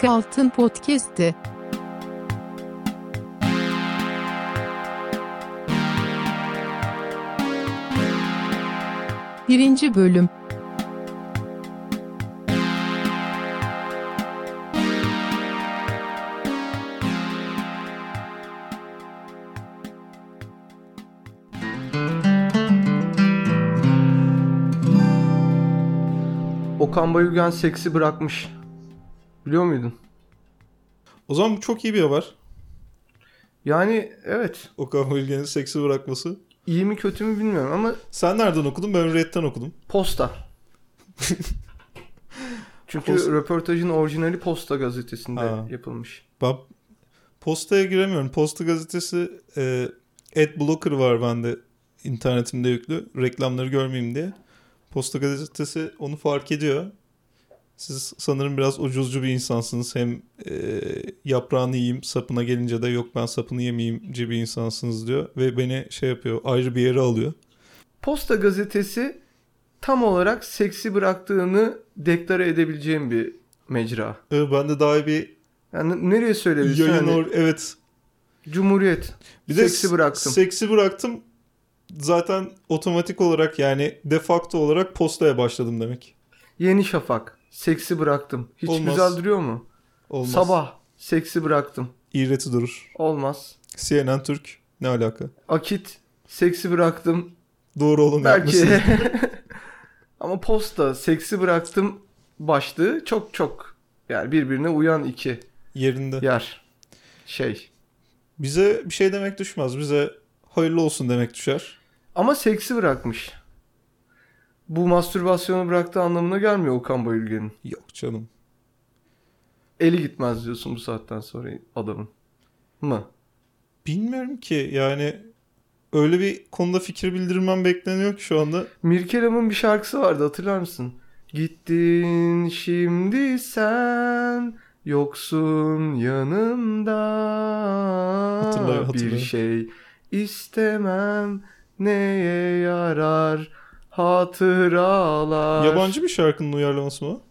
Yaka Altın Podcast'te. Birinci Bölüm. Okan Bayülgen seksi bırakmış. Biliyor muydun? O zaman bu çok iyi bir haber. Yani evet. Okan Bayülgen'in seksi bırakması. İyi mi kötü mü bilmiyorum ama... Sen nereden okudun? Ben Hürriyet'ten okudum. Posta. Çünkü röportajın orijinali Posta gazetesinde yapılmış. Ben Posta'ya giremiyorum. Posta gazetesi adblocker var bende. İnternetimde yüklü. Reklamları görmeyeyim diye. Posta gazetesi onu fark ediyor. Siz sanırım biraz ucuzcu bir insansınız. Hem yaprağını yiyeyim, sapına gelince de yok ben sapını yemeyeyimci bir insansınız diyor. Ve beni şey yapıyor, ayrı bir yere alıyor. Posta gazetesi tam olarak seksi bıraktığını deklare edebileceğim bir mecra. Ben de daha iyi bir... Yani nereye söyleyebilirsin? Yayın evet. Cumhuriyet. Bir seksi de bıraktım. Seksi bıraktım. Zaten otomatik olarak yani de facto olarak postaya başladım demek. Yeni Şafak. Seksi bıraktım. Hiç Olmaz. güzel duruyor mu? Olmaz. Sabah. Seksi bıraktım. İğreti durur. Olmaz. CNN Türk. Ne alaka? Akit. Seksi bıraktım. Doğru oğlum belki. yapmışsın. Ama Posta. Seksi bıraktım başlığı çok yani birbirine uyan iki yerinde. Yer. Bize bir şey demek düşmez. Bize hayırlı olsun demek düşer. Ama seksi bırakmış. Bu mastürbasyonu bıraktığı anlamına gelmiyor Okan Bayülgen'in. Yok canım. Eli gitmez diyorsun bu saatten sonra adamın. Mı? Bilmiyorum ki yani öyle bir konuda fikir bildirmem bekleniyor ki şu anda. Mirkelam'ın bir şarkısı vardı, hatırlar mısın? Gittin şimdi sen yoksun yanımda. Hatırlıyorum. Bir şey istemem, neye yarar hatıralar. Yabancı bir şarkının uyarlaması mı?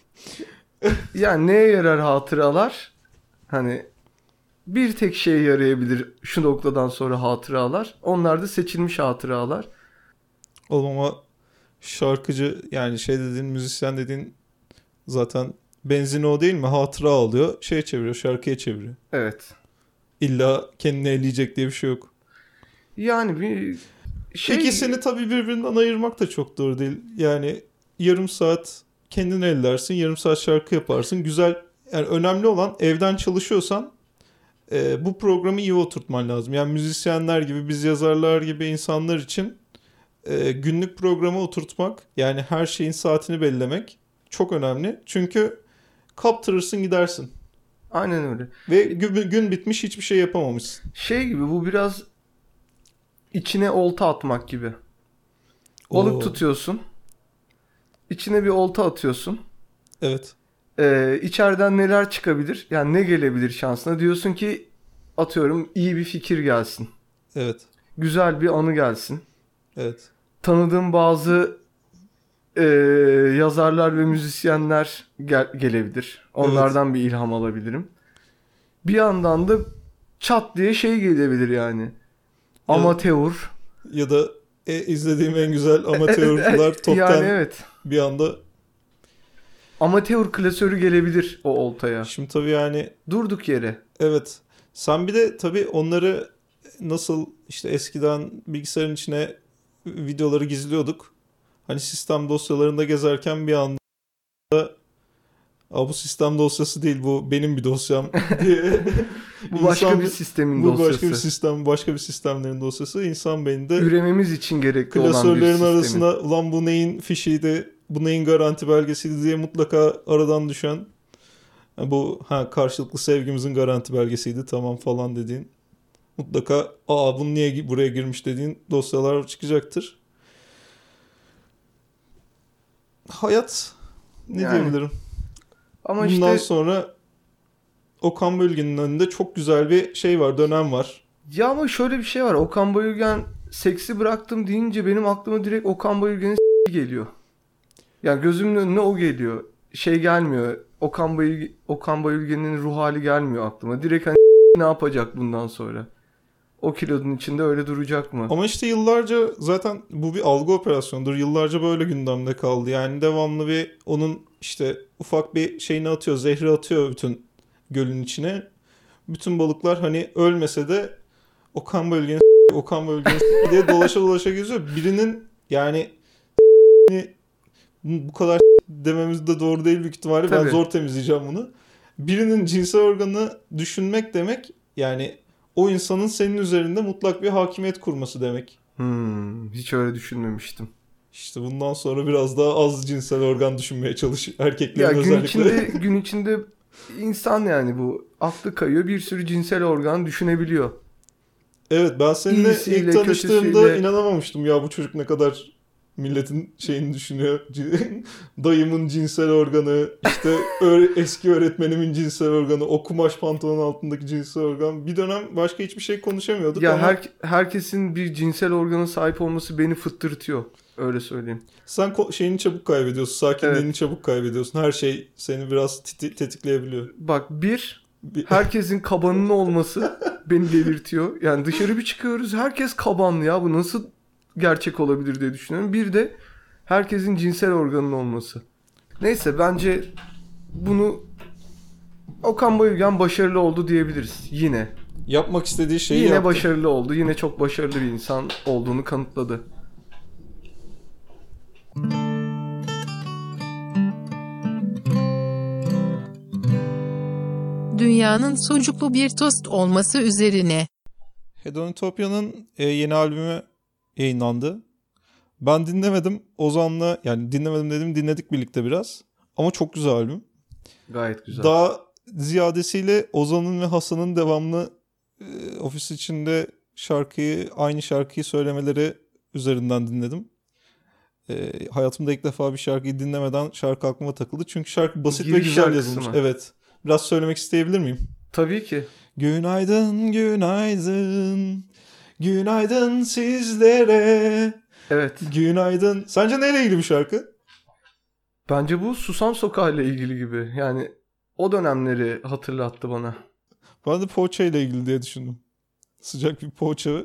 Yani neye yarar hatıralar? Hani bir tek şeye yarayabilir şu noktadan sonra hatıralar. Onlar da seçilmiş hatıralar. Oğlum ama şarkıcı yani şey dediğin, müzisyen dediğin zaten benzin o değil mi? Hatıra alıyor, çeviriyor, şarkıya çeviriyor. Evet. İlla kendini eleyecek diye bir şey yok. Yani bir İkisini tabii birbirinden ayırmak da çok doğru değil. Yani yarım saat kendini ellersin, yarım saat şarkı yaparsın. Güzel, yani önemli olan evden çalışıyorsan bu programı iyi oturtman lazım. Yani müzisyenler gibi, biz yazarlar gibi insanlar için günlük programı oturtmak, yani her şeyin saatini belirlemek çok önemli. Çünkü kaptırırsın gidersin. Aynen öyle. Ve gün bitmiş, hiçbir şey yapamamışsın. Gibi bu biraz içine olta atmak gibi. Balık tutuyorsun. İçine bir olta atıyorsun. Evet. İçeriden neler çıkabilir? Yani ne gelebilir şansına? Diyorsun ki atıyorum iyi bir fikir gelsin. Evet. Güzel bir anı gelsin. Evet. Tanıdığım bazı yazarlar ve müzisyenler gelebilir. Onlardan bir ilham alabilirim. Bir yandan da çat diye gelebilir yani. Amatör. Ya da izlediğim en güzel amatörler toptan yani evet. Bir anda amatör klasörü gelebilir o oltaya. Şimdi tabii yani durduk yere. Evet. Sen bir de tabii onları nasıl işte eskiden bilgisayarın içine videoları gizliyorduk. Hani sistem dosyalarında gezerken bir anda bu sistem dosyası değil, bu benim bir dosyam diye. Bu başka bir sistemin dosyası. Bu başka bir sistem, başka bir sistemlerin dosyası. İnsan beyninde ürememiz için gerekli olan bir klasörlerin arasına ulan bu neyin fişiydi, bu neyin garanti belgesiydi diye mutlaka aradan düşen, bu karşılıklı sevgimizin garanti belgesiydi tamam falan dediğin, mutlaka bunu niye buraya girmiş dediğin dosyalar çıkacaktır. Hayat diyebilirim. Ama bundan sonra Okan Bayülgen'in önünde çok güzel bir dönem var. Ya ama şöyle bir şey var. Okan Bayülgen seksi bıraktım deyince benim aklıma direkt Okan Bayülgen'in geliyor. Yani gözümün önüne o geliyor. şey gelmiyor. Okan Bayülgen'in ruh hali gelmiyor aklıma. Direkt hani ne yapacak bundan sonra? O kilodun içinde öyle duracak mı? Ama işte yıllarca zaten bu bir algı operasyonudur. Yıllarca böyle gündemde kaldı. Yani devamlı bir onun işte ufak bir şeyini atıyor, zehri atıyor bütün gölün içine. Bütün balıklar hani ölmese de Okan Bayülgen diye dolaşa dolaşa geziyor. Birinin yani bu kadar dememiz de doğru değil büyük ihtimalle. Tabii. Ben zor temizleyeceğim bunu. Birinin cinsel organını düşünmek demek yani o insanın senin üzerinde mutlak bir hakimiyet kurması demek. Hiç öyle düşünmemiştim. İşte bundan sonra biraz daha az cinsel organ düşünmeye çalış erkeklerin Ya özellikle. gün içinde insan yani bu aklı kayıyor, bir sürü cinsel organ düşünebiliyor. Evet, ben seninle İyisiyle, ilk tanıştığımda kötüsüyle. inanamamıştım ya bu çocuk ne kadar milletin şeyini düşünüyor. Dayımın cinsel organı, işte eski öğretmenimin cinsel organı, o kumaş pantolonun altındaki cinsel organ. Bir dönem başka hiçbir şey konuşamıyorduk Ya ama herkesin bir cinsel organa sahip olması beni fıttırtıyor. Öyle söyleyeyim. sen şeyini çabuk kaybediyorsun, sakinliğini Evet. çabuk kaybediyorsun. Her şey seni biraz tetikleyebiliyor. Bak herkesin kabanının olması beni delirtiyor. Yani dışarı bir çıkıyoruz, herkes kabanlı ya, bu nasıl gerçek olabilir diye düşünüyorum. Bir de herkesin cinsel organının olması. Neyse, bence bunu Okan Bayülgen başarılı oldu diyebiliriz yine. Yapmak istediği şeyi Yine yaptı. başarılı oldu. Yine çok başarılı bir insan olduğunu kanıtladı. Dünyanın sucuklu bir tost olması üzerine. Hedonitopya'nın yeni albümü yayınlandı. Ben dinlemedim. Ozan'la yani dinlemedim dedim, dinledik birlikte biraz. Ama çok güzel albüm. Gayet güzel. Daha ziyadesiyle Ozan'ın ve Hasan'ın devamlı ofis içinde aynı şarkıyı söylemeleri üzerinden dinledim. Hayatımda ilk defa bir şarkıyı dinlemeden şarkı aklıma takıldı. Çünkü şarkı basit ve Giriş güzel şarkısı yazılmış. mı? Evet. Biraz söylemek isteyebilir miyim? Tabii ki. Günaydın, günaydın. Günaydın sizlere. Evet. Günaydın. Sence neyle ilgili bir şarkı? Bence bu Susam Sokağı ile ilgili gibi. Yani o dönemleri hatırlattı bana. Ben de poğaça ile ilgili diye düşündüm. Sıcak bir poğaça.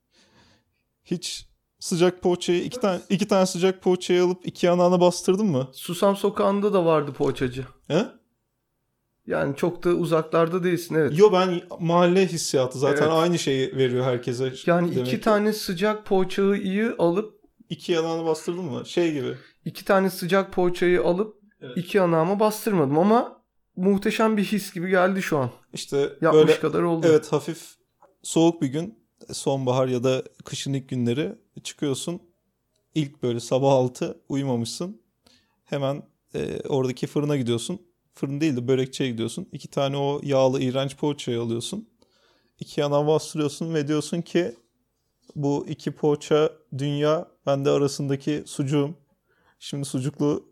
Hiç sıcak poğaçayı iki tane sıcak poğaçayı alıp iki yanağına bastırdın mı? Susam Sokağı'nda da vardı poğaçacı. He? Yani çok da uzaklarda değilsin, evet. Yo, ben mahalle hissiyatı zaten Evet. aynı şeyi veriyor herkese. Yani demek iki ki. tane sıcak poğaçayı alıp İki yanağına bastırdın mı? Şey gibi. iki tane sıcak poğaçayı alıp Evet. iki yanağıma bastırmadım ama muhteşem bir his gibi geldi şu an. İşte Yapmış böyle kadar oldu. evet, hafif soğuk bir gün, sonbahar ya da kışın ilk günleri çıkıyorsun. İlk böyle sabah 6 uyumamışsın. Hemen oradaki fırına gidiyorsun. Fırın değil de börekçiye gidiyorsun. İki tane o yağlı iğrenç poğaçayı alıyorsun. İki yana bastırıyorsun ve diyorsun ki bu iki poğaça dünya, ben de arasındaki sucuğum. Şimdi sucuklu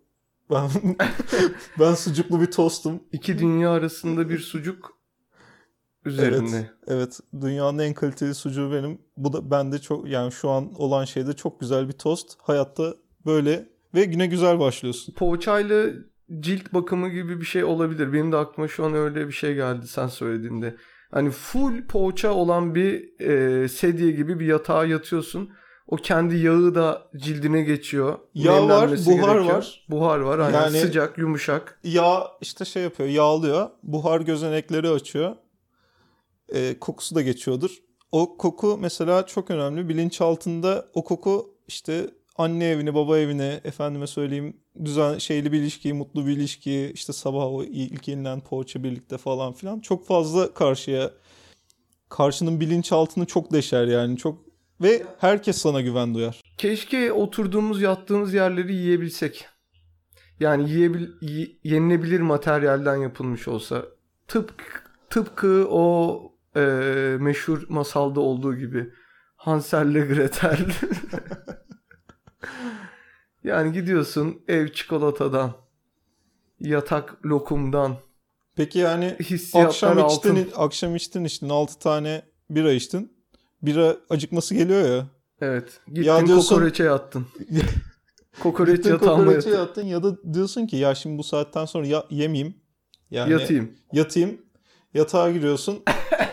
ben sucuklu bir tostum. İki dünya arasında bir sucuk üzerinde. Evet, dünyanın en kaliteli sucuğu benim. Bu da bende çok, yani şu an olan şeyde çok güzel bir tost. Hayatta böyle ve güne güzel başlıyorsun. Poğaçayla cilt bakımı gibi bir şey olabilir. Benim de aklıma şu an öyle bir şey geldi sen söylediğinde. Hani full poğaça olan bir sedye gibi bir yatağa yatıyorsun. O kendi yağı da cildine geçiyor. Yağ var, Nemlenmesi buhar gerekiyor. var. Buhar var, aynen. Yani- Sıcak, yumuşak. Yağ işte şey yapıyor, yağlıyor. Buhar gözenekleri açıyor. Kokusu da geçiyordur. O koku mesela çok önemli. Bilinçaltında o koku işte anne evini, baba evini, efendime söyleyeyim düzen şeyli bir ilişkiyi, mutlu bir ilişkiyi, işte sabah o ilk yenilen poğaça birlikte falan filan çok fazla karşının bilinçaltını çok deşer yani, çok ve herkes sana güven duyar. Keşke oturduğumuz, yattığımız yerleri yiyebilsek. Yani yenilebilir materyalden yapılmış olsa. Tıpkı o meşhur masalda olduğu gibi. Hansel'le Gretel. Yani gidiyorsun ev çikolatadan, yatak lokumdan, Peki yani hissiyatlar altın. akşam içtin 6 tane bira içtin. Bira acıkması geliyor ya. Evet. Ya Gittin diyorsun- kokoreçe yattın. Kokoreç Gittin yatağıma kokoreçe yatıyor. yattın ya da diyorsun ki ya şimdi bu saatten sonra yemeyeyim. Yani Yatayım. Yatağa giriyorsun.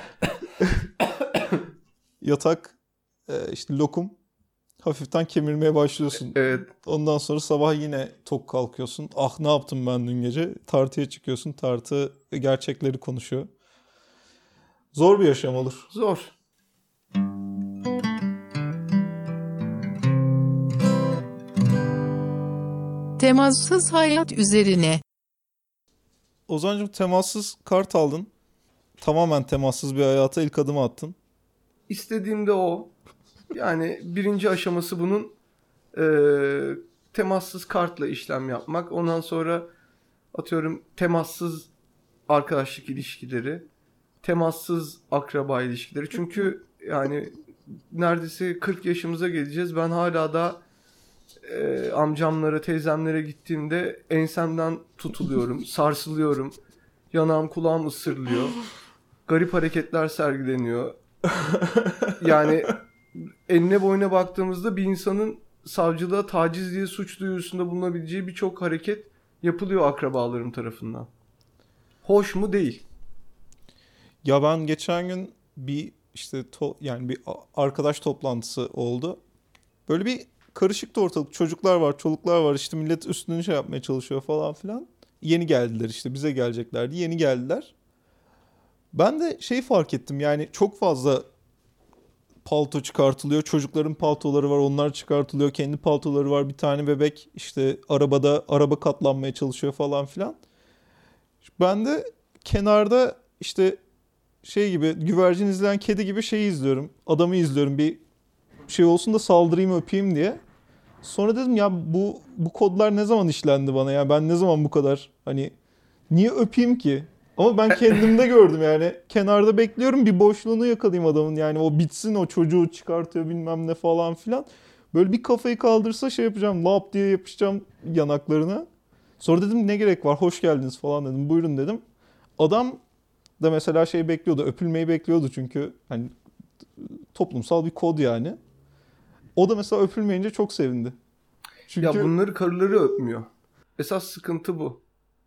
Yatak işte lokum. Hafiften kemirmeye başlıyorsun. Evet. Ondan sonra sabah yine tok kalkıyorsun. Ah ne yaptım ben dün gece? Tartıya çıkıyorsun. Tartı gerçekleri konuşuyor. Zor bir yaşam olur. Zor. Temassız hayat üzerine. Ozan'cığım temassız kart aldın. Tamamen temassız bir hayata ilk adımı attın. İstediğim de o. Yani birinci aşaması bunun temassız kartla işlem yapmak. Ondan sonra atıyorum temassız arkadaşlık ilişkileri, temassız akraba ilişkileri. Çünkü yani neredeyse 40 yaşımıza geleceğiz. Ben hala da amcamlara, teyzemlere gittiğimde ensemden tutuluyorum, sarsılıyorum. Yanağım kulağım ısırılıyor. Garip hareketler sergileniyor. Yani enine boyuna baktığımızda bir insanın savcılığa taciz diye suç duyurusunda bulunabileceği birçok hareket yapılıyor akrabalarım tarafından. Hoş mu? Değil. Ya ben geçen gün bir işte yani bir arkadaş toplantısı oldu. Böyle bir karışıktı ortalık. Çocuklar var, çoluklar var. İşte millet üstünü şey yapmaya çalışıyor falan filan. Yeni geldiler işte bize geleceklerdi. Yeni geldiler. Ben de fark ettim yani çok fazla palto çıkartılıyor. Çocukların paltoları var, onlar çıkartılıyor. Kendi paltoları var. Bir tane bebek işte araba katlanmaya çalışıyor falan filan. Ben de kenarda işte gibi güvercin izleyen kedi gibi izliyorum. Adamı izliyorum bir şey olsun da saldırayım öpeyim diye. Sonra dedim ya bu kodlar ne zaman işlendi bana ya ben ne zaman bu kadar hani niye öpeyim ki? Ama ben kendimde gördüm yani. Kenarda bekliyorum bir boşluğunu yakalayayım adamın. Yani o bitsin o çocuğu çıkartıyor bilmem ne falan filan. Böyle bir kafayı kaldırsa yapacağım. Lap diye yapışacağım yanaklarına. Sonra dedim ne gerek var hoş geldiniz falan dedim. Buyurun dedim. Adam da mesela bekliyordu. Öpülmeyi bekliyordu çünkü hani toplumsal bir kod yani. O da mesela öpülmeyince çok sevindi. Çünkü... Ya bunları karıları öpmüyor. Esas sıkıntı bu.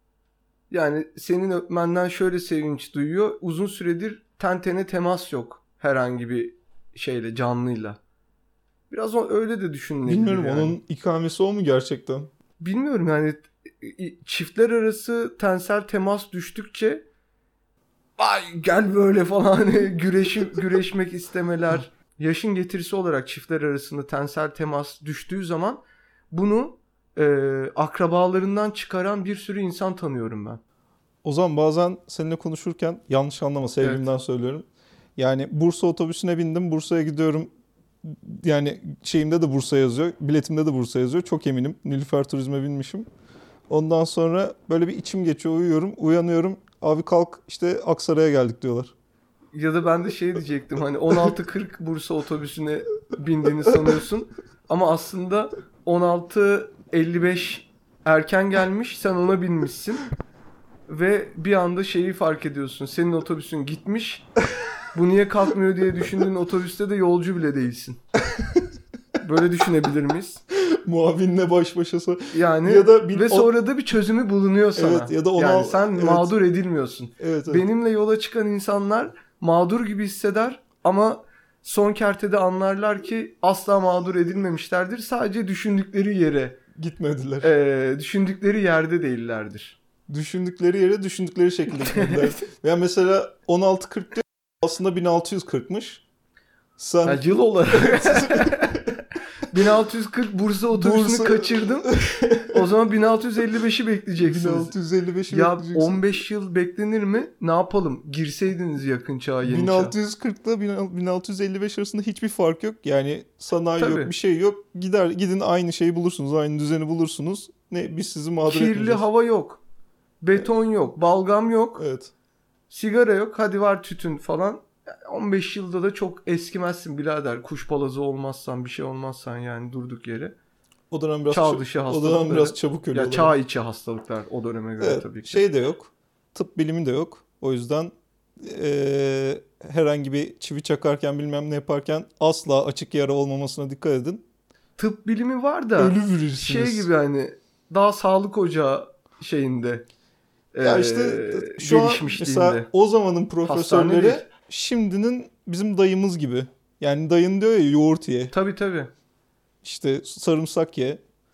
Yani senin öpmenden şöyle sevinç duyuyor. Uzun süredir ten tene temas yok herhangi bir canlıyla. Biraz öyle de düşünülebilir. Bilmiyorum yani. Onun ikamesi o mu gerçekten? Bilmiyorum yani çiftler arası tensel temas düştükçe ay gel böyle falan güreşmek istemeler. Yaşın getirisi olarak çiftler arasında tensel temas düştüğü zaman bunu akrabalarından çıkaran bir sürü insan tanıyorum ben. O zaman bazen seninle konuşurken yanlış anlama sevgimden söylüyorum. Yani Bursa otobüsüne bindim. Bursa'ya gidiyorum. Yani şeyimde de Bursa yazıyor. Biletimde de Bursa yazıyor. Çok eminim. Nilüfer Turizm'e binmişim. Ondan sonra böyle bir içim geçiyor. Uyuyorum. Uyanıyorum. Abi kalk işte Aksaray'a geldik diyorlar. Ya da ben de diyecektim hani 16.40 Bursa otobüsüne bindiğini sanıyorsun. Ama aslında 16.55 erken gelmiş sen ona binmişsin. Ve bir anda fark ediyorsun. Senin otobüsün gitmiş. Bu niye kalkmıyor diye düşündüğün otobüste de yolcu bile değilsin. Böyle düşünebilir miyiz? Muavinle baş başa. Yani ya da ve sonra da bir çözümü bulunuyor sana. Evet, ya da yani sen mağdur edilmiyorsun. Evet. Benimle yola çıkan insanlar mağdur gibi hisseder ama son kertede anlarlar ki asla mağdur edilmemişlerdir. Sadece düşündükleri yere gitmediler. Düşündükleri yerde değillerdir. Düşündükleri yere düşündükleri şekilde gitmediler. Yani mesela 16.40 aslında 1640'mış. Sen yıl olarak 1640 Bursa otobüsünü kaçırdım. O zaman 1655'i bekleyeceksiniz. 1655'i ya bekleyeceksiniz. 15 yıl beklenir mi? Ne yapalım? Girseydiniz yakın çağa, yeni 1640 ile 1655 arasında hiçbir fark yok. Yani sanayi Tabii. yok, bir şey yok. Gidin aynı şeyi bulursunuz, aynı düzeni bulursunuz. Biz sizi mağdur etmeyeceğiz. Kirli hava yok. Beton yok, balgam yok. Evet. Sigara yok. Hadi var tütün falan. 15 yılda da çok eskimezsin birader. Kuş palazı olmazsan, bir şey olmazsan yani durduk yere. O dönem biraz çağ dışı hastalıklar. O dönem biraz çabuk ölüyorlar. Ya çağ içi hastalıklar o döneme göre tabii ki. De yok. Tıp bilimi de yok. O yüzden herhangi bir çivi çakarken bilmem ne yaparken asla açık yara olmamasına dikkat edin. tıp bilimi var da Ölü şey gibi hani daha sağlık ocağı şeyinde ya işte şu an mesela o zamanın profesörleri şimdinin bizim dayımız gibi. Yani dayın diyor ya yoğurt ye. Tabii. İşte sarımsak ye.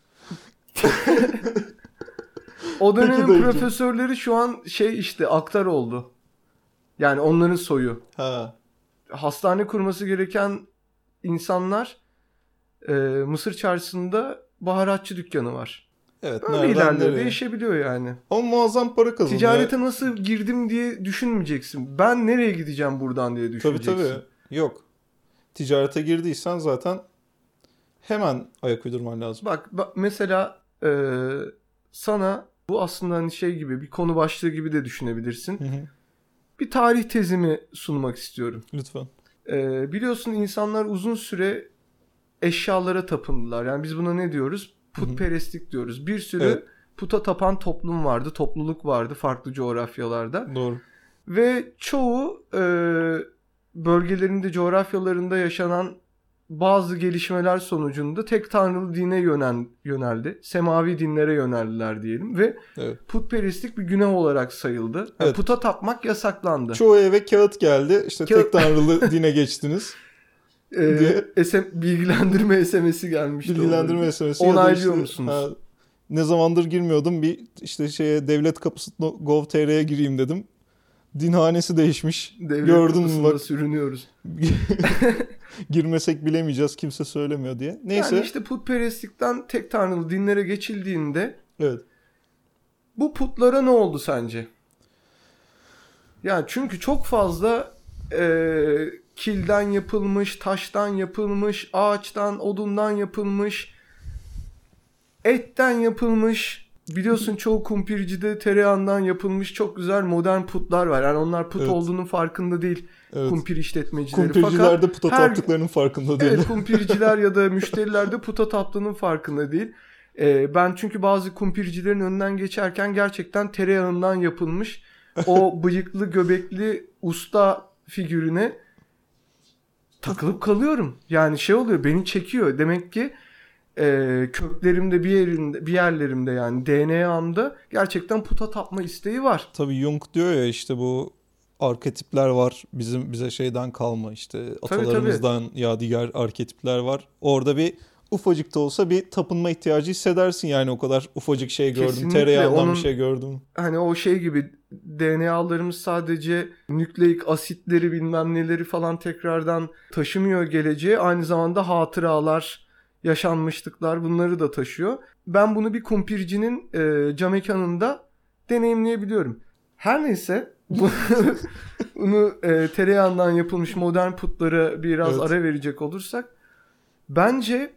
O dönemin profesörleri şu an şey işte aktar oldu. Yani onların soyu. Ha. Hastane kurması gereken insanlar Mısır Çarşısı'nda baharatçı dükkanı var. Evet. Öyle ilerler değişebiliyor yani. Ama muazzam para kazanıyor. Ticarete nasıl girdim diye düşünmeyeceksin. Ben nereye gideceğim buradan diye düşüneceksin. Tabii. Yok. Ticarete girdiysen zaten hemen ayak uydurman lazım. Bak mesela sana bu aslında hani şey gibi bir konu başlığı gibi de düşünebilirsin. Hı. Bir tarih tezimi sunmak istiyorum. Lütfen. Biliyorsun insanlar uzun süre eşyalara tapındılar. Yani biz buna ne diyoruz? Putperestlik diyoruz. Bir sürü puta tapan toplum vardı, topluluk vardı farklı coğrafyalarda. Doğru. Ve çoğu bölgelerinde, coğrafyalarında yaşanan bazı gelişmeler sonucunda tek tanrılı dine yöneldi. Semavi dinlere yöneldiler diyelim ve putperestlik bir günah olarak sayıldı. Evet. Yani puta tapmak yasaklandı. Çoğu eve kağıt geldi. İşte tek tanrılı dine geçtiniz. Bilgilendirme SMS'i gelmişti. Bilgilendirme SMS'i. Onaylıyor musunuz? Ne zamandır girmiyordum. Bir işte devlet kapısı.gov.tr'ye gireyim dedim. Dinhanesi değişmiş. Devlet gördün mü bak. Sürünüyoruz. Girmesek bilemeyeceğiz. Kimse söylemiyor diye. Neyse. Yani işte putperestlikten tek tanrılı dinlere geçildiğinde bu putlara ne oldu sence? Yani çünkü çok fazla kilden yapılmış, taştan yapılmış, ağaçtan, odundan yapılmış, etten yapılmış. Biliyorsun çoğu kumpircide tereyağından yapılmış çok güzel modern putlar var. Yani onlar put olduğunun farkında değil kumpir işletmecileri. Kumpirciler de puta taptıklarının farkında değil. Evet, kumpirciler ya da müşteriler de puta taptığının farkında değil. Ben çünkü bazı kumpircilerin önünden geçerken gerçekten tereyağından yapılmış o bıyıklı göbekli usta figürüne takılıp kalıyorum. Yani şey oluyor, beni çekiyor. Demek ki köklerimde bir yerlerimde yani DNA'mda gerçekten puta tapma isteği var. Tabii Jung diyor ya işte bu arketipler var. Bize şeyden kalma işte atalarımızdan yadigar arketipler var. Orada bir ufacık da olsa bir tapınma ihtiyacı hissedersin yani o kadar ufacık şey gördüm. Kesinlikle. Tereyağından bir şey gördüm. Hani o şey gibi DNA'larımız sadece nükleik asitleri bilmem neleri falan tekrardan taşımıyor geleceğe. Aynı zamanda hatıralar, yaşanmışlıklar bunları da taşıyor. Ben bunu bir kumpircinin camekanında deneyimleyebiliyorum. Her neyse bunu tereyağından yapılmış modern putlara biraz ara verecek olursak bence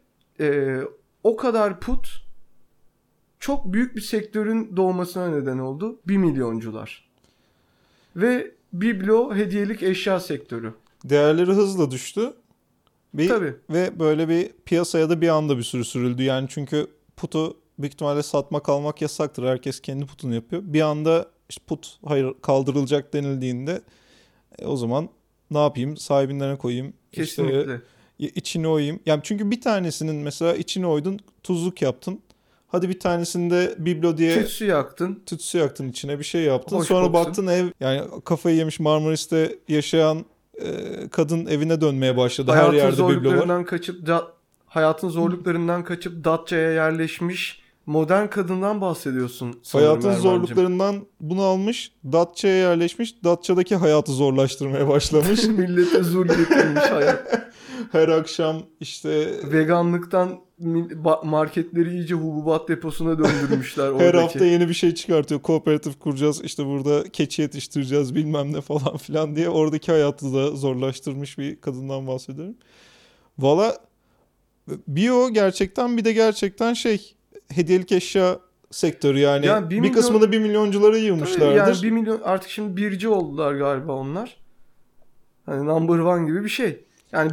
o kadar put çok büyük bir sektörün doğmasına neden oldu. 1 milyoncular. Ve biblo hediyelik eşya sektörü. Değerleri hızla düştü. Tabii. Ve böyle bir piyasaya da bir anda bir sürü sürüldü. Yani çünkü putu büyük ihtimalle satmak almak yasaktır. Herkes kendi putunu yapıyor. Bir anda işte put kaldırılacak denildiğinde o zaman ne yapayım? Sahibinden koyayım. Kesinlikle. İşte içine oyayım. Yani çünkü bir tanesinin mesela içine oydun, tuzluk yaptın. Hadi bir tanesinde biblo diye tütsü yaktın içine bir şey yaptın. Hoş sonra koksun. baktın ev yani kafayı yemiş Marmaris'te yaşayan kadın evine dönmeye başladı. Her yerde biblo var. Hayatın zorluklarından kaçıp Datça'ya yerleşmiş modern kadından bahsediyorsun. Hayatın zorluklarından bunu almış, Datça'ya yerleşmiş, Datça'daki hayatı zorlaştırmaya başlamış. Millete zulmetmiş hayat. Her akşam işte veganlıktan marketleri iyice hububat deposuna döndürmüşler. Her oradaki. hafta yeni bir şey çıkartıyor. Kooperatif kuracağız, işte burada keçi yetiştireceğiz bilmem ne falan filan diye oradaki hayatı da zorlaştırmış bir kadından bahsediyorum. Valla bio gerçekten bir de gerçekten hediyelik eşya sektörü yani bir kısmını 1 milyonculara yığmışlardır. Yani 1 milyon artık şimdi birci oldular galiba onlar. Hani number one gibi bir şey. Yani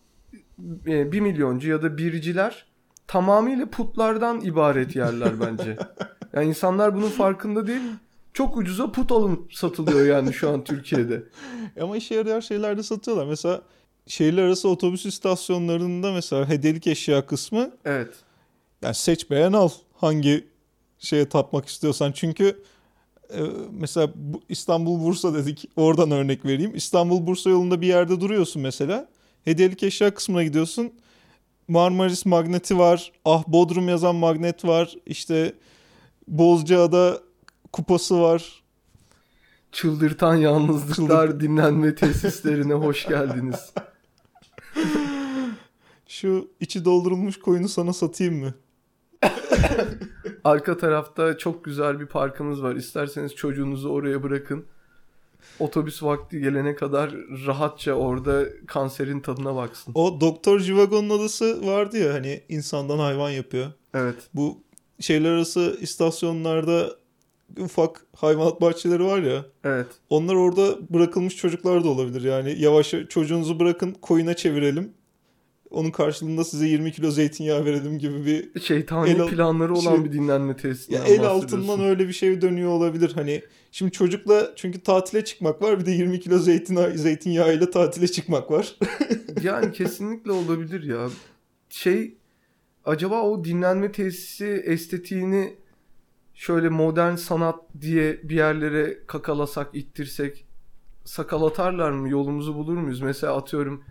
bir milyoncu ya da birciler tamamıyla putlardan ibaret yerler bence. Yani insanlar bunun farkında değil. Çok ucuza put alınıp satılıyor yani şu an Türkiye'de. Ama işe yarayan şeyler de satıyorlar. Mesela şehirler arası otobüs istasyonlarında mesela hediyelik eşya kısmı, Evet. yani seç beğen al hangi şeye tapmak istiyorsan. Çünkü mesela İstanbul-Bursa dedik, oradan örnek vereyim. İstanbul-Bursa yolunda bir yerde duruyorsun mesela. Hediyelik eşya kısmına gidiyorsun. Marmaris magneti var. Ah Bodrum yazan magnet var. İşte Bozcaada kupası var. Çıldırtan yalnızlıklar dinlenme tesislerine hoş geldiniz. Şu içi doldurulmuş koyunu sana satayım mı? Arka tarafta çok güzel bir parkımız var. İsterseniz çocuğunuzu oraya bırakın. Otobüs vakti gelene kadar rahatça orada kanserin tadına baksın. O Doktor Jivago'nun adası vardı ya, hani insandan hayvan yapıyor. Evet. Bu şehirler arası istasyonlarda ufak hayvanat bahçeleri var ya. Evet. Onlar orada bırakılmış çocuklar da olabilir. Yani yavaş çocuğunuzu bırakın, koyuna çevirelim. Onun karşılığında size 20 kilo zeytinyağı verelim gibi bir şeytani planları olan bir dinlenme tesisinden ya el altından öyle bir şey dönüyor olabilir. Hani şimdi çocukla çünkü tatile çıkmak var, bir de 20 kilo zeytinyağıyla tatile çıkmak var. Yani kesinlikle olabilir ya. Acaba o dinlenme tesisi estetiğini şöyle modern sanat diye bir yerlere kakalasak, ittirsek sakal atarlar mı? Yolumuzu bulur muyuz? Mesela atıyorum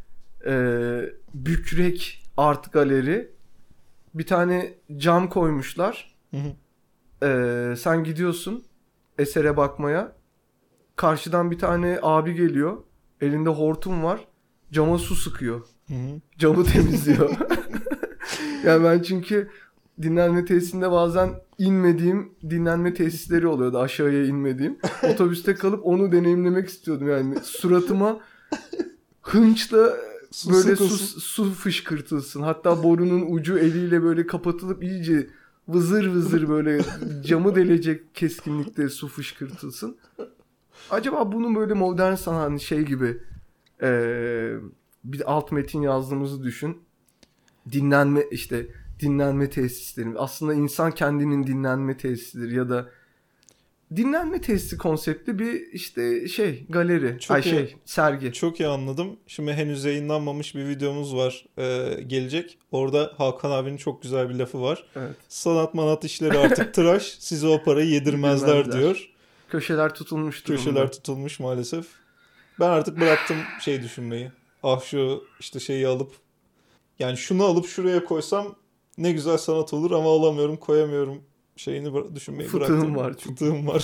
Bükrek Art Galeri, bir tane cam koymuşlar. Sen gidiyorsun esere bakmaya. Karşıdan bir tane abi geliyor. Elinde hortum var. Cama su sıkıyor. Camı temizliyor. Yani ben çünkü dinlenme tesisinde bazen inmediğim dinlenme tesisleri oluyordu. Aşağıya inmediğim. Otobüste kalıp onu deneyimlemek istiyordum. Yani suratıma hınçla böyle su fışkırtılsın. Hatta borunun ucu eliyle böyle kapatılıp iyice vızır vızır böyle camı delecek keskinlikte su fışkırtılsın. Acaba bunu böyle modern sanat şey gibi bir alt metin yazdığımızı düşün. Dinlenme tesisleri. Aslında insan kendinin dinlenme tesisidir ya da dinlenme tesisi konseptli bir galeri. Sergi. Çok iyi anladım. Şimdi henüz yayınlanmamış bir videomuz var, gelecek. Orada Hakan abinin çok güzel bir lafı var. Evet. Sanat manat işleri artık tıraş. Size o parayı yedirmezler diyor. Köşeler tutulmuş durumda. Köşeler tutulmuş maalesef. Ben artık bıraktım düşünmeyi. Ah şu şeyi alıp, yani şunu alıp şuraya koysam ne güzel sanat olur ama alamıyorum, koyamıyorum şeyini düşünmeyi bıraktım. Fıtığım var çünkü. Fıtığım var.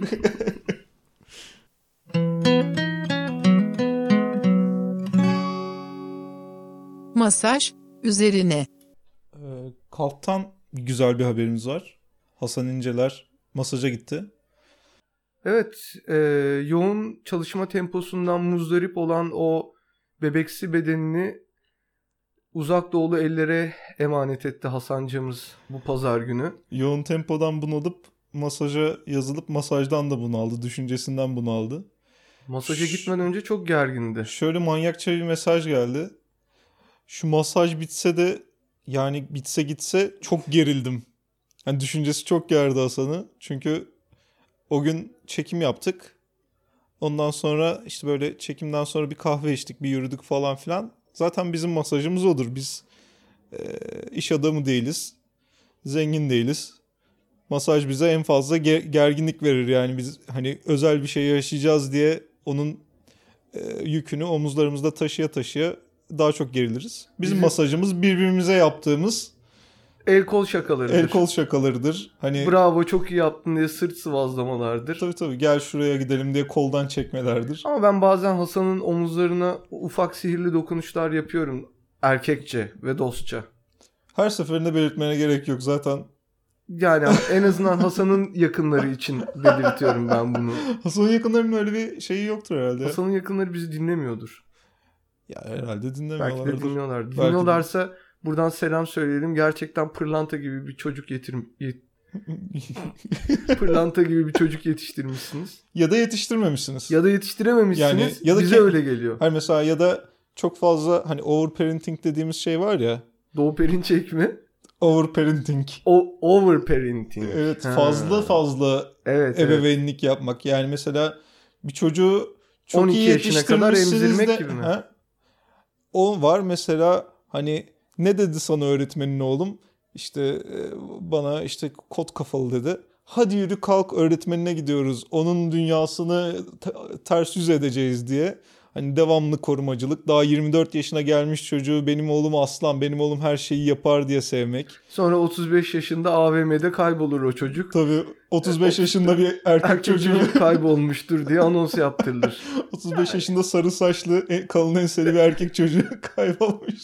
Masaj üzerine. Kalktan güzel bir haberimiz var. Hasan İnceler masaja gitti. Evet, yoğun çalışma temposundan muzdarip olan o bebeksi bedenini uzak doğulu ellere emanet etti Hasancığımız bu pazar günü. Yoğun tempodan bunalıp masaja yazılıp masajdan da bunaldı. Düşüncesinden bunaldı. Masaja gitmeden önce çok gergindi. Şöyle manyakça bir mesaj geldi. Şu masaj bitse de, yani bitse gitse çok gerildim. Yani düşüncesi çok gerdi Hasan'ı. Çünkü o gün çekim yaptık. Ondan sonra böyle çekimden sonra bir kahve içtik, bir yürüdük falan filan. Zaten bizim masajımız odur. Biz iş adamı değiliz. Zengin değiliz. Masaj bize en fazla gerginlik verir. Yani biz hani özel bir şey yaşayacağız diye onun yükünü omuzlarımızda taşıya taşıya daha çok geriliriz. Bizim masajımız birbirimize yaptığımız el kol şakalarıdır. El kol şakalarıdır. Hani bravo çok iyi yaptın diye sırt sıvazlamalardır. Tabii gel şuraya gidelim diye koldan çekmelerdir. Ama ben bazen Hasan'ın omuzlarına ufak sihirli dokunuşlar yapıyorum. Erkekçe ve dostça. Her seferinde belirtmene gerek yok zaten. Yani en azından Hasan'ın yakınları için belirtiyorum ben bunu. Hasan'ın yakınlarının öyle bir şeyi yoktur herhalde. Hasan'ın yakınları bizi dinlemiyordur. Ya herhalde dinlemiyorlardır. Belki de dinliyorlar. Dinliyorlarsa buradan selam söyleyelim. Gerçekten pırlanta gibi bir çocuk pırlanta gibi bir çocuk yetiştirmişsiniz. Ya da yetiştirmemişsiniz. Ya da yetiştirememişsiniz. Yani, ya da bize öyle geliyor. Hayır mesela ya da çok fazla hani overparenting dediğimiz şey var ya. Doğu Perinçek mi? Overparenting. Overparenting. Evet, fazla ebeveynlik yapmak. Yani mesela bir çocuğu çok 12 iyi yaşına kadar emzirmek de, gibi mi? o var mesela, hani ne dedi sana öğretmenin oğlum? İşte bana işte kot kafalı dedi. Hadi yürü kalk öğretmenine gidiyoruz. Onun dünyasını ters yüz edeceğiz diye. Hani devamlı korumacılık. Daha 24 yaşına gelmiş çocuğu benim oğlum aslan, benim oğlum her şeyi yapar diye sevmek. Sonra 35 yaşında AVM'de kaybolur o çocuk. Tabii 35 yaşında bir erkek çocuğu kaybolmuştur diye anons yaptırılır. 35 yaşında sarı saçlı kalın enseli bir erkek çocuğu kaybolmuş.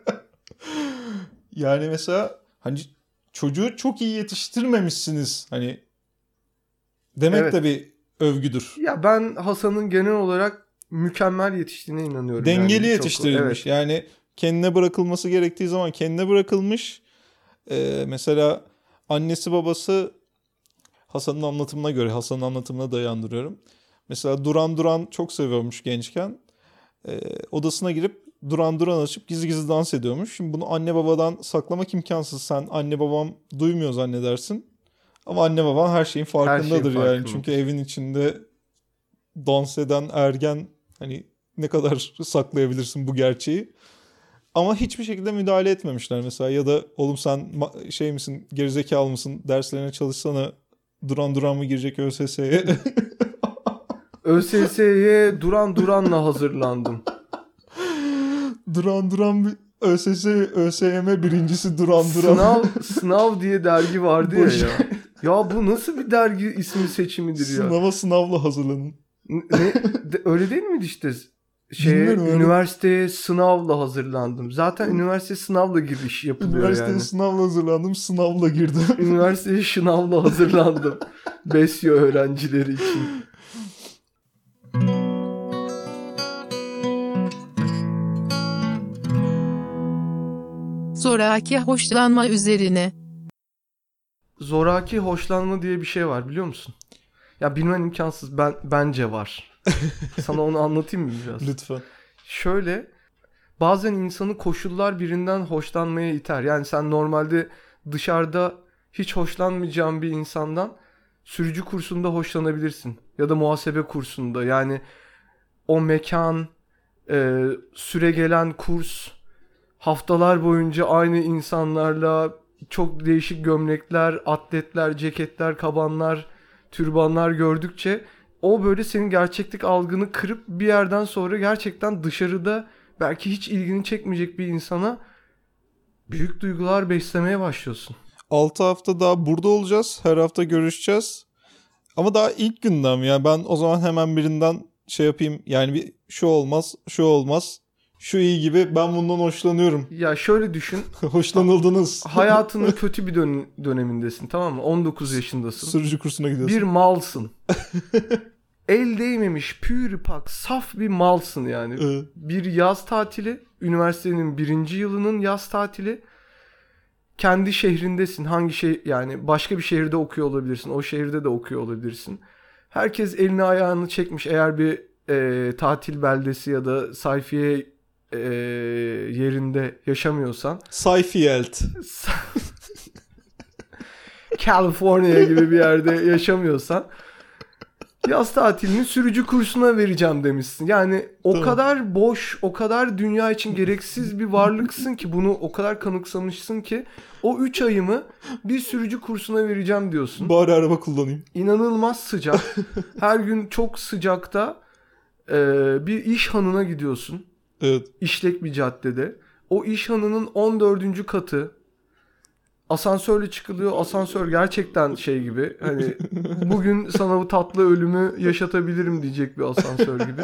Yani mesela hani çocuğu çok iyi yetiştirmemişsiniz. Hani demek Evet. de bir övgüdür. Ya ben Hasan'ın genel olarak mükemmel yetiştiğine inanıyorum. Dengeli yani. yetiştirilmiş. Evet. Yani kendine bırakılması gerektiği zaman kendine bırakılmış. Mesela annesi babası Hasan'ın anlatımına göre, Hasan'ın anlatımına dayandırıyorum. Mesela Duran Duran çok seviyormuş gençken. Odasına girip Duran Duran açıp gizli gizli dans ediyormuş. Şimdi bunu anne babadan saklamak imkansız. Sen anne babam duymuyor zannedersin. Ama anne baban her şeyin farkındadır yani. Çünkü evin içinde dans eden ergen, hani ne kadar saklayabilirsin bu gerçeği. Ama hiçbir şekilde müdahale etmemişler mesela. Ya da oğlum sen şey misin, gerizekalı mısın, derslerine çalışsana, Duran Duran mı girecek ÖSS'ye? ÖSS'ye Duran Duran'la hazırlandım. Duran Duran ÖSS, ÖSYM birincisi Duran Duran. Sınav diye dergi vardı ya. Ya bu nasıl bir dergi ismi seçimidir ya? Sınavla hazırlanın. Öyle değil miydi işte? Üniversiteye sınavla hazırlandım. Zaten üniversite sınavla giriş yapılıyor Üniversiteye yani. sınavla hazırlandım, sınavla girdim. Üniversiteye sınavla hazırlandım. BESYO öğrencileri için. Zoraki hoşlanma üzerine. Zoraki hoşlanma diye bir şey var biliyor musun? Ya bilmen imkansız. Bence var. Sana onu anlatayım mı biraz? Lütfen. Şöyle, bazen insanı koşullar birinden hoşlanmaya iter. Yani sen normalde dışarıda hiç hoşlanmayacağın bir insandan sürücü kursunda hoşlanabilirsin. Ya da muhasebe kursunda. Yani o mekan, süregelen kurs, haftalar boyunca aynı insanlarla çok değişik gömlekler, atletler, ceketler, kabanlar, türbanlar gördükçe o böyle senin gerçeklik algını kırıp bir yerden sonra gerçekten dışarıda belki hiç ilgini çekmeyecek bir insana büyük duygular beslemeye başlıyorsun. 6 hafta daha burada olacağız. Her hafta görüşeceğiz. Ama daha ilk günden yani ben o zaman hemen birinden şey yapayım. Yani bir şu olmaz, şu olmaz. Şu iyi gibi, ben bundan hoşlanıyorum. Ya şöyle düşün. Hoşlanıldınız. Hayatının kötü bir dönemindesin, tamam mı? 19 yaşındasın. Sürücü kursuna gidiyorsun. Bir malsın. El değmemiş, pürüpak, saf bir malsın yani. Evet. Bir yaz tatili, üniversitenin 1. yılının yaz tatili. Kendi şehrindesin. Hangi şey, yani başka bir şehirde okuyor olabilirsin. O şehirde de okuyor olabilirsin. Herkes elini ayağını çekmiş. Eğer bir tatil beldesi ya da sayfiye yerinde yaşamıyorsan. Seinfeld. California gibi bir yerde yaşamıyorsan yaz tatilini sürücü kursuna vereceğim demişsin. Yani o Tamam. kadar boş, o kadar dünya için gereksiz bir varlıksın ki, bunu o kadar kanıksamışsın ki o 3 ayımı bir sürücü kursuna vereceğim diyorsun. Bari araba kullanayım. İnanılmaz sıcak. Her gün çok sıcakta bir iş hanına gidiyorsun. Evet. İşlek bir caddede. O iş hanının 14. katı. Asansörle çıkılıyor. Asansör gerçekten şey gibi. Hani bugün sana bu tatlı ölümü yaşatabilirim diyecek bir asansör gibi.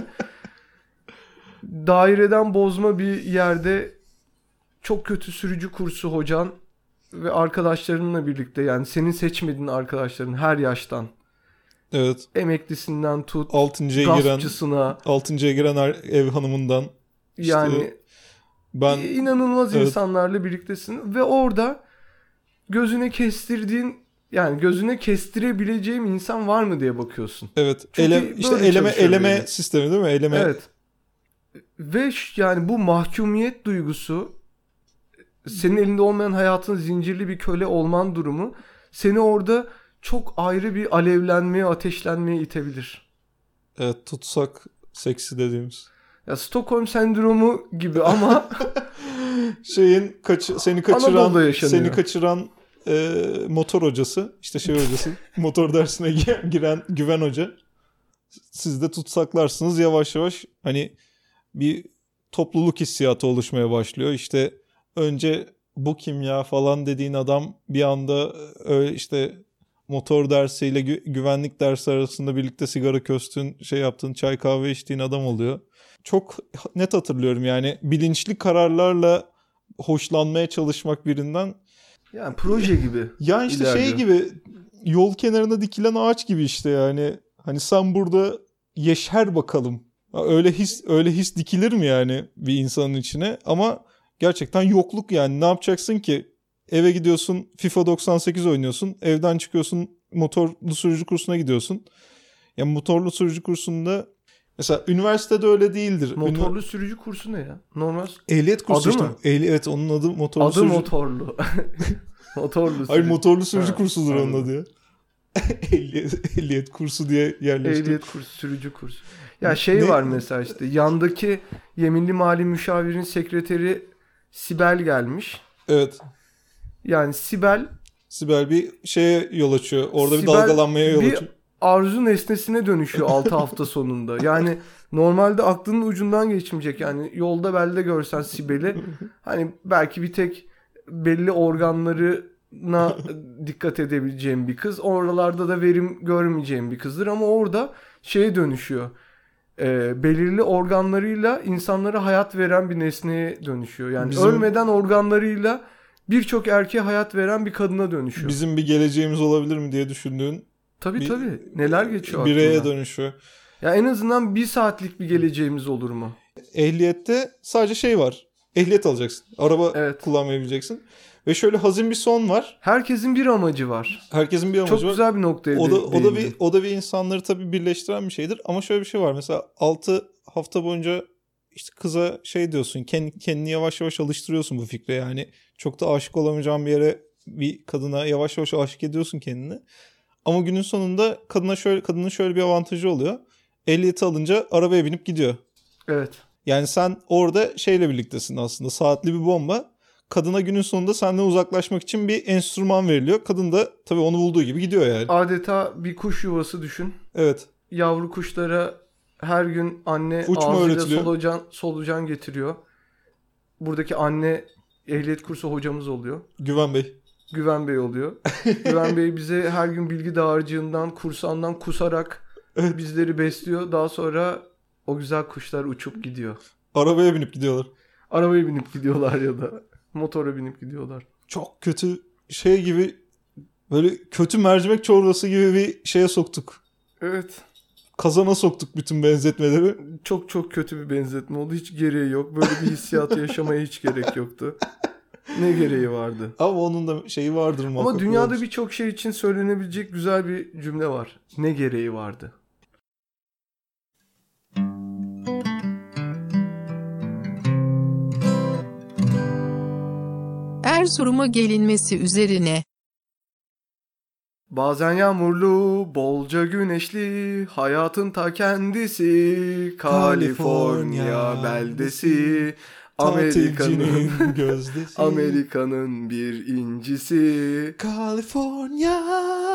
Daireden bozma bir yerde çok kötü sürücü kursu hocan ve arkadaşlarınla birlikte, yani senin seçmediğin arkadaşların her yaştan. Evet. Emeklisinden tut, 6.'ya gaspçısına. giren ev hanımından. Yani ben inanılmaz insanlarla birliktesin ve orada gözüne kestirdiğin, yani gözüne kestirebileceğim insan var mı diye bakıyorsun. Evet. Çünkü Eleme sistemi değil mi? Eleme. Evet. Ve yani bu mahkumiyet duygusu, senin elinde olmayan hayatın zincirli bir köle olman durumu seni orada çok ayrı bir alevlenmeye, ateşlenmeye itebilir. Evet, tutsak seksi dediğimiz. Ya Stockholm sendromu gibi ama Anadolu'da yaşanıyor. seni kaçıran motor hocası, işte hocası, motor dersine giren güven hoca. Siz de tutsaklarsınız yavaş yavaş, hani bir topluluk hissiyatı oluşmaya başlıyor. İşte önce bu kim ya falan dediğin adam bir anda işte motor dersiyle güvenlik dersi arasında birlikte sigara köstün, yaptığın, çay kahve içtiğin adam oluyor. Çok net hatırlıyorum yani, bilinçli kararlarla hoşlanmaya çalışmak birinden. Yani proje gibi. Yani işte ilerliyor. gibi, yol kenarında dikilen ağaç gibi işte yani. Hani sen burada yeşer bakalım. Öyle his dikilir mi yani bir insanın içine? Ama gerçekten yokluk yani. Ne yapacaksın ki? Eve gidiyorsun, FIFA 98 oynuyorsun. Evden çıkıyorsun, motorlu sürücü kursuna gidiyorsun. Yani motorlu sürücü kursunda mesela üniversitede öyle değildir. Motorlu sürücü kursu ne ya? Normal. Ehliyet kursu adı işte. mı? Evet, onun adı motorlu adı sürücü. motorlu. Motorlu sürücü. Hayır, motorlu sürücü kursudur anladım. onun adı ya. Ehliyet kursu diye yerleşti. Ehliyet kursu, sürücü kursu. Ya var mesela işte yandaki yeminli mali müşavirin sekreteri Sibel gelmiş. Evet. Yani Sibel bir şeye yol açıyor. Orada bir Sibel dalgalanmaya yol açıyor. bir arzu nesnesine dönüşüyor 6 hafta sonunda. Yani normalde aklının ucundan geçmeyecek. Yani yolda belde görsen Sibel'i, hani belki bir tek belli organlarına dikkat edebileceğim bir kız. Oralarda da verim görmeyeceğim bir kızdır ama orada şeye dönüşüyor. Belirli organlarıyla insanlara hayat veren bir nesneye dönüşüyor. Yani ölmeden organlarıyla birçok erkeğe hayat veren bir kadına dönüşüyor. Bizim bir geleceğimiz olabilir mi diye düşündüğün Tabii. Neler geçiyor bireye aklından. dönüşüyor. Ya en azından 1 saatlik bir geleceğimiz olur mu? Ehliyette sadece var. Ehliyet alacaksın. Araba kullanmayı bileceksin. Ve şöyle hazin bir son var. Herkesin bir amacı var. Herkesin bir amacı var. Çok güzel bir noktaya o da bir insanları tabii birleştiren bir şeydir. Ama şöyle bir şey var. Mesela 6 hafta boyunca işte kıza diyorsun. Kendini yavaş yavaş alıştırıyorsun bu fikre. Yani çok da aşık olamayacağın bir yere, bir kadına yavaş yavaş aşık ediyorsun kendini. Ama günün sonunda kadının şöyle bir avantajı oluyor. Ehliyeti alınca arabaya binip gidiyor. Evet. Yani sen orada birliktesin aslında. Saatli bir bomba. Kadına günün sonunda senden uzaklaşmak için bir enstrüman veriliyor. Kadın da tabii onu bulduğu gibi gidiyor yani. Adeta bir kuş yuvası düşün. Evet. Yavru kuşlara her gün anne ağzıyla solucan getiriyor. Buradaki anne ehliyet kursu hocamız oluyor. Güven Bey oluyor. Güven Bey bize her gün bilgi dağarcığından, kursandan kusarak bizleri besliyor. Daha sonra o güzel kuşlar uçup gidiyor. Arabaya binip gidiyorlar. Arabaya binip gidiyorlar ya da motora binip gidiyorlar. Çok kötü gibi, böyle kötü mercimek çorbası gibi bir şeye soktuk. Evet. Kazana soktuk bütün benzetmeleri. Çok çok kötü bir benzetme oldu. Hiç gereği yok. Böyle bir hissiyatı yaşamaya hiç gerek yoktu. Ne gereği vardı? Ama onun da vardır muhakkak. Ama dünyada birçok şey için söylenebilecek güzel bir cümle var. Ne gereği vardı? Erzurum'a gelinmesi üzerine. Bazen yağmurlu, bolca güneşli, hayatın ta kendisi, Kaliforniya beldesi, Amerika'nın gözdesi, Amerika'nın bir incisi, Kaliforniya.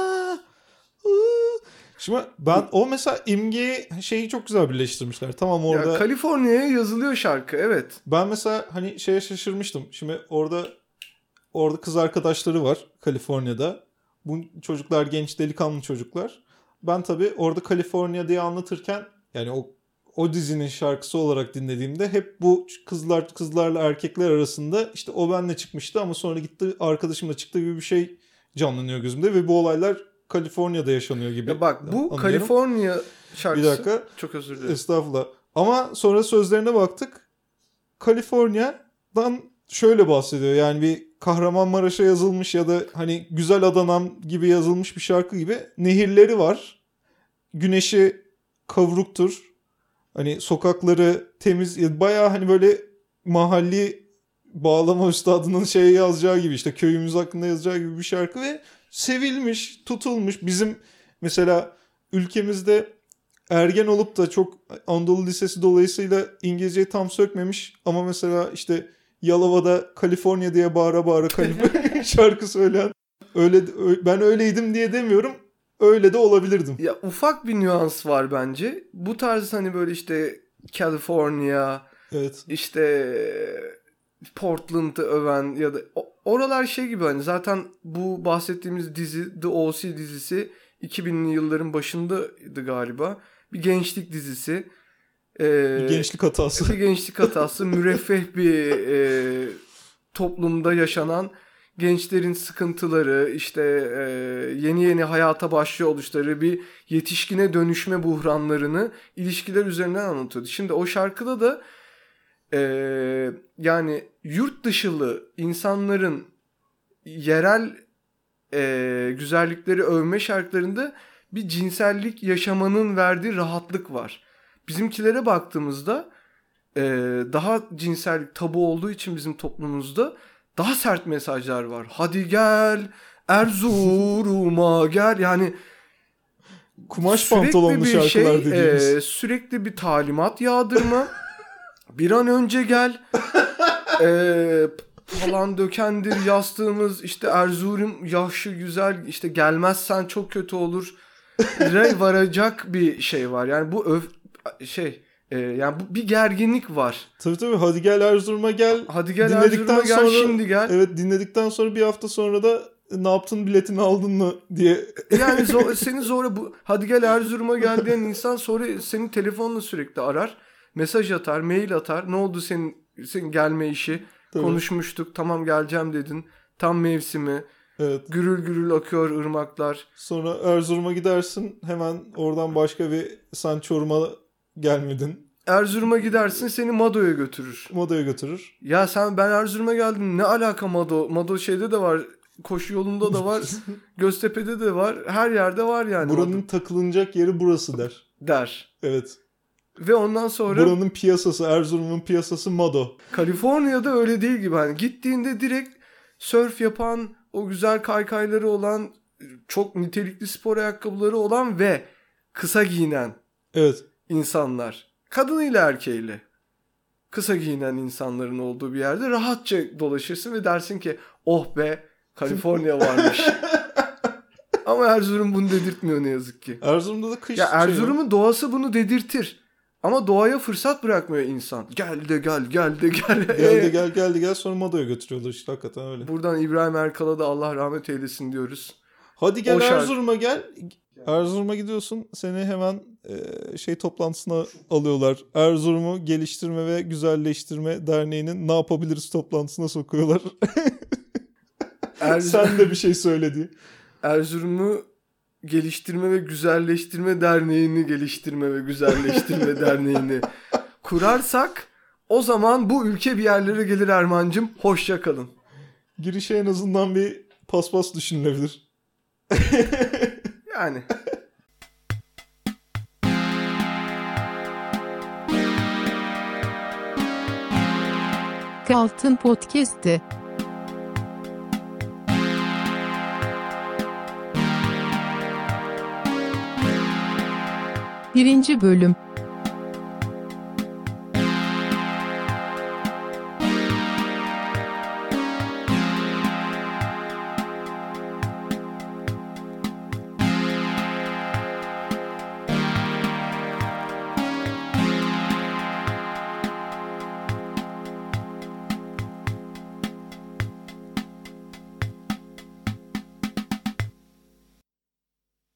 Şimdi o mesela imgeyi çok güzel birleştirmişler. Tamam orada. Ya Kaliforniya'ya yazılıyor şarkı, evet. Ben mesela hani şaşırmıştım. Şimdi orada kız arkadaşları var Kaliforniya'da. Bu çocuklar genç delikanlı çocuklar. Ben tabii orada Kaliforniya diye anlatırken, yani o dizinin şarkısı olarak dinlediğimde hep bu kızlarla erkekler arasında işte o benle çıkmıştı ama sonra gitti arkadaşımla çıktı gibi bir şey canlanıyor gözümde ve bu olaylar Kaliforniya'da yaşanıyor gibi. Ya bak bu anlıyorum. Kaliforniya şarkısı. Bir dakika. Çok özür dilerim. Estağfurullah. Ama sonra sözlerine baktık. Kaliforniya'dan şöyle bahsediyor. Yani bir Kahramanmaraş'a yazılmış ya da hani Güzel Adanam gibi yazılmış bir şarkı gibi. Nehirleri var. Güneşi kavruktur. Hani sokakları temiz. Bayağı hani böyle mahalli bağlama üstadının yazacağı gibi, işte köyümüz hakkında yazacağı gibi bir şarkı ve sevilmiş, tutulmuş. Bizim mesela ülkemizde ergen olup da çok Anadolu Lisesi dolayısıyla İngilizceyi tam sökmemiş ama mesela işte Yalova'da Kaliforniya diye bağıra bağıra şarkı söyleyen, ben öyleydim diye demiyorum, öyle de olabilirdim. Ya ufak bir nüans var bence. Bu tarz hani böyle işte California, evet, işte Portland'ı öven ya da oralar şey gibi, hani zaten bu bahsettiğimiz dizi The O.C. dizisi 2000'li yılların başındaydı galiba. Bir gençlik dizisi. bir gençlik hatası. Bir gençlik hatası. Müreffeh bir toplumda yaşanan gençlerin sıkıntıları, işte yeni yeni hayata başlıyor oluşları, bir yetişkine dönüşme buhranlarını ilişkiler üzerinden anlatıyordu. Şimdi o şarkıda da yani yurt dışılı insanların yerel güzellikleri övme şarkılarında bir cinsellik yaşamanın verdiği rahatlık var. Bizimkilere baktığımızda daha cinsellik tabu olduğu için bizim toplumumuzda daha sert mesajlar var. Hadi gel Erzurum'a gel. Yani kumaş pantolonlu şarkılar dediğimiz. Sürekli bir talimat yağdırma. Bir an önce gel. Falan dökendir yastığımız, işte Erzurum yaşlı güzel, işte gelmezsen çok kötü olur. Varacak bir şey var. Yani bu yani bu bir gerginlik var. Tabii hadi gel Erzurum'a gel. Hadi gel Erzurum'a gel sonra, şimdi gel. Evet, dinledikten sonra bir hafta sonra da ne yaptın, biletini aldın mı diye. Yani seni sonra bu hadi gel Erzurum'a gel diyen insan sonra senin telefonla sürekli arar. Mesaj atar, mail atar. Ne oldu senin gelme işi? Tabii. Konuşmuştuk, tamam geleceğim dedin. Tam mevsimi. Evet. Gürül gürül akıyor ırmaklar. Sonra Erzurum'a gidersin, hemen oradan başka sen Çorum'a gelmedin. Erzurum'a gidersin, seni Mado'ya götürür. Ya ben Erzurum'a geldim, ne alaka Mado? Mado şeyde de var, koşu yolunda da var, Göztepe'de de var, her yerde var yani. Buranın Mado takılınacak yeri burası der. Evet. Ve ondan sonra buranın piyasası, Erzurum'un piyasası Mado. Kaliforniya'da öyle değil gibi. Hani gittiğinde direkt surf yapan, o güzel kaykayları olan, çok nitelikli spor ayakkabıları olan ve kısa giyinen insanlar. Kadınıyla erkeğiyle. Kısa giyinen insanların olduğu bir yerde rahatça dolaşırsın ve dersin ki oh be, Kaliforniya varmış. Ama Erzurum bunu dedirtmiyor ne yazık ki. Erzurum'da da kış. Ya Erzurum'un doğası bunu dedirtir. Ama doğaya fırsat bırakmıyor insan. Gel de gel. Sonra Mado'ya götürüyorlar işte, hakikaten öyle. Buradan İbrahim Erkal'a da Allah rahmet eylesin diyoruz. Hadi gel Erzurum'a gel. Erzurum'a gidiyorsun, seni hemen toplantısına alıyorlar. Erzurum'u Geliştirme ve Güzelleştirme Derneği'nin ne yapabiliriz toplantısına sokuyorlar. Sen de bir şey söyledi. Erzurum'u Geliştirme ve Güzelleştirme Derneği'ni Derneği'ni kurarsak o zaman bu ülke bir yerlere gelir Erman'cığım. Hoşça kalın. Girişe en azından bir paspas düşünülebilir. Yani. Altın Podcast'te. 1. Bölüm